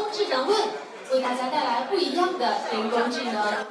智能论，为大家带来不一样的人工智能。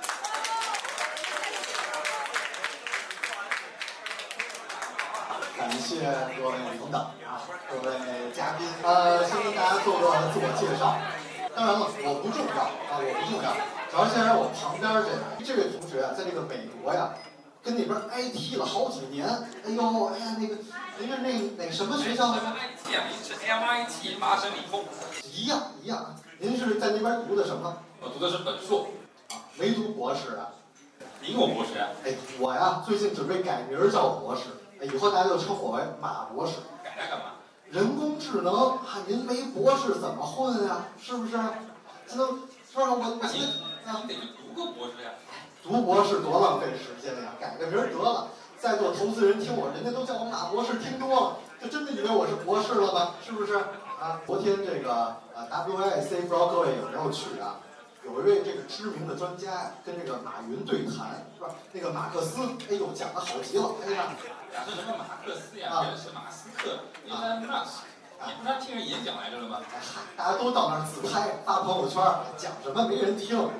感谢各位领导啊，各位嘉宾，先跟大家做个自我介绍。当然了，我不重要啊，我不重要，主要先让我旁边这位同学啊，在这个美国呀，跟那边 IT 了好几年。哎呦，哎呀，那个您是哪什么学校的 ？IT 啊，您是 MIT 麻省理工。 一样。您是在那边读的什么？ 我读的是本硕。 啊，没读博士啊？ 您有博士啊？ 哎，我呀，最近准备改名叫博士。以后大家就称我为马博士。 改它干嘛？ 人工智能啊，您没博士怎么混呀？是不是？这都是吧？我现在啊，你得读个博士呀。 读博士多浪费时间呀！改个名儿得了。在座投资人听我，人家都叫我马博士，听多了，就真的以为我是博士了吗？是不是？啊，昨天这个WIC 不知道各位有没有去啊？有一位这个知名的专家呀，跟这个马云对谈，是吧？那个马克思，哎呦，讲得好极了，哎呀。 讲的什么马克思呀？人是马斯克 ，Elon Musk。你不是还听人演讲来着了吗？ 哎嗨，大家都到那儿自拍发朋友圈，讲什么没人听。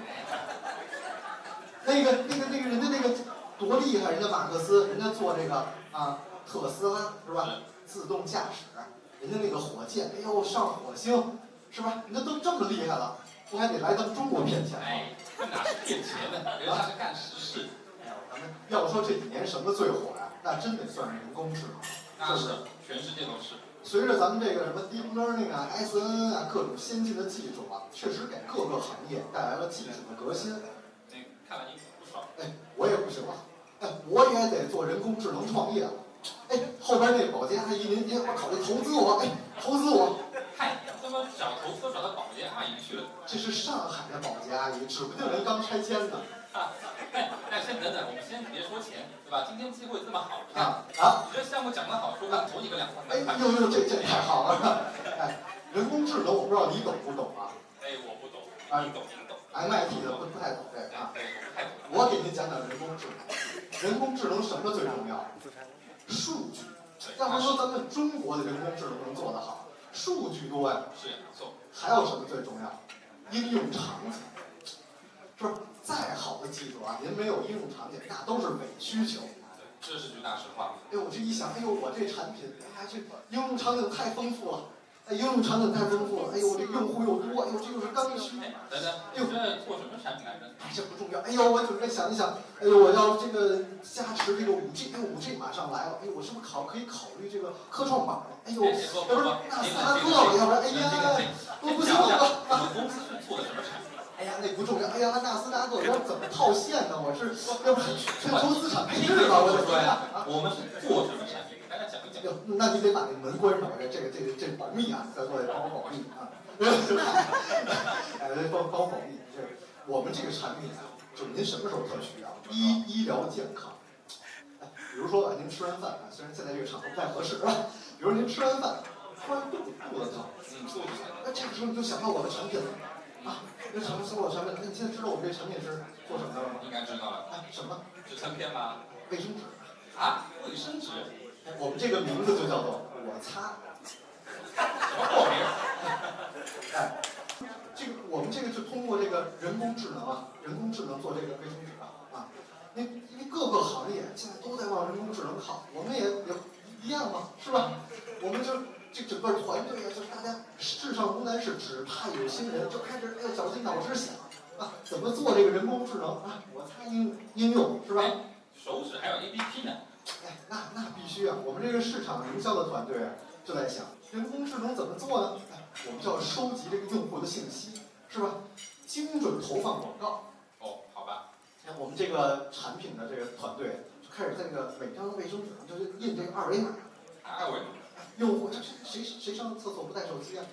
那个人家那个多厉害，人家马克思，人家做这个啊特斯拉是吧？自动驾驶，人家那个火箭，哎呦上火星，是吧？人家都这么厉害了，不还得来咱们中国骗钱吗？ 哎，这哪是骗钱呢？人家是干实事。 咱们要说这几年什么最火呀，那真得算是人工智能。 那是，全世界都是。 随着咱们这个什么 deep learning 啊、SNN 啊各种先进的技术啊，确实给各个行业带来了技术的革新。 看来你不爽。 哎，我也不行了，哎，我也得做人工智能创业了。哎，后边那保洁阿姨，您考虑投资我？哎，投资我。 嗨，怎么找投资找到保洁阿姨去了？ 这是上海的保洁阿姨，指不定人刚拆迁呢。 哎，先等等，我们先别说钱，对吧？今天机会这么好，你这项目讲得好，说不定投你个2万。 哎呦，这太好了！哎，人工智能我不知道你懂不懂啊？ 哎，我不懂，你懂。 MIT 的不太懂这个啊。我给您讲讲人工智能。人工智能什么最重要？数据。要不说咱们中国的人工智能能做得好，数据多呀。 是没错。 还有什么最重要？应用场景。是不是？再好的技术啊，您没有应用场景，那都是伪需求。 对，这是句大实话。 哎，我这一想，哎呦，我这产品，哎呀，这应用场景太丰富了。哎，应用场景太丰富了。哎呦，我这用户又多，哎呦，这又是刚需。 等等，你这做什么产品来着？ 哎，这不重要。哎呦，我准备想一想，哎呦，我要这个加持这个5G，哎，5G 马上来了，哎呦，我是不是可以考虑这个科创板？哎呦，要不是纳斯达克了，要不然，哎呀，都不行了。 我们公司是做的什么产品？ 哎呀，那不重要。哎呀，纳斯达克，我怎么套现呢？我是要不是全球资产配置吧？我得说呀。 我们是做什么产品？给大家讲一讲。 那你得把那门关上，这保密啊，在座也帮我保密啊。哎，帮我保密。我们这个产品啊，就是您什么时候特需要？医疗健康。哎，比如说您吃完饭啊，虽然现在这个场合不太合适啊，比如您吃完饭突然肚子疼，那这个时候你就想到我的产品了啊。这什么是我的产品？那你现在知道我们这产品是做什么的了吗？ 应该知道了。 哎，什么？ 纸餐片吗？ 卫生纸。 啊，卫生纸。 我们这个名字就叫做我擦。 什么破名？ 哎，这个我们这个就通过这个人工智能啊，人工智能做这个卫生纸啊，因为各个行业现在都在往人工智能靠，我们也一样嘛，是吧？我们就这整个团队啊，就是大家世上无难事，只怕有心人，就开始绞尽脑汁想啊，怎么做这个人工智能啊？我擦应用是吧？ 手指还有 APP 呢。 哎，那必须啊！我们这个市场营销的团队啊，就在想人工智能怎么做呢？哎，我们就要收集这个用户的信息，是吧？精准投放广告。 哦，好吧。 哎，我们这个产品的这个团队就开始在这个每张卫生纸上就是印这个2维码。 2维码。 用户这谁上厕所不带手机啊？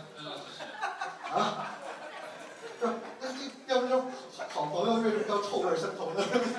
啊？是吧？那这要不就好朋友为什么叫臭味相投呢？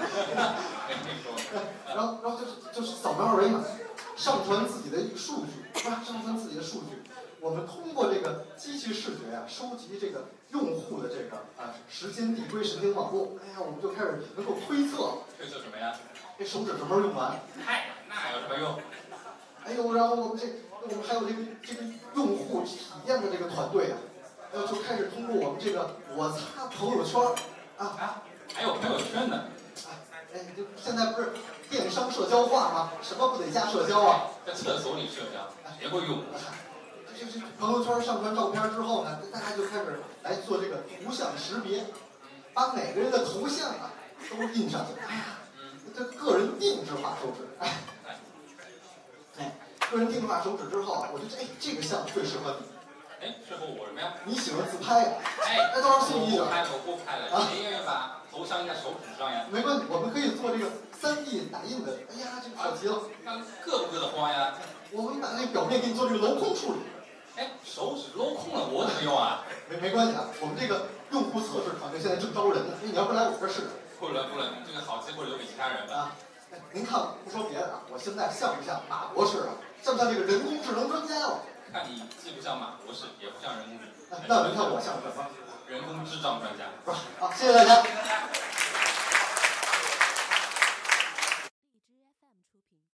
然后就是扫描2维码，上传自己的数据，是吧？上传自己的数据，我们通过这个机器视觉啊，收集这个用户的这个时间递归神经网络。哎呀，我们就开始能够推测。 推测什么呀？ 这手指什么时候用完？ 嗨，那有什么用？ 哎呦，然后我们还有这个用户体验的这个团队啊， 就开始通过我们这个我擦朋友圈还有朋友圈呢。 就现在不是电商社交化吗？什么不得加社交啊？ 在厕所里社交，谁会用？ 这朋友圈上传照片之后呢，大家就开始来做这个图像识别，把每个人的头像都印上去。哎呀，这个人定制化手指，个人定制化手指之后，我觉得这个像最适合你。 适合我什么呀？ 你喜欢自拍呀？那多少送你一张？ 我不拍了，谁愿意把头像印在手指上呀？ 没关系，我们可以做这个3D 打印的。哎呀，这个好极了。 那硌不硌得慌呀？ 我们把那表面给你做这个镂空处理。 手指镂空了，我怎么用啊？ 没关系啊，我们这个用户测试团队现在正招人呢。你要不来我这试试？ 不能，这个好机会留给其他人吧。 您看，不说别的我现在像不像马博士啊？像不像这个人工智能专家了？ 看你既不像马博士，也不像人工智能。 那您看我像什么？ 人工智障专家。 是吧？好，谢谢大家。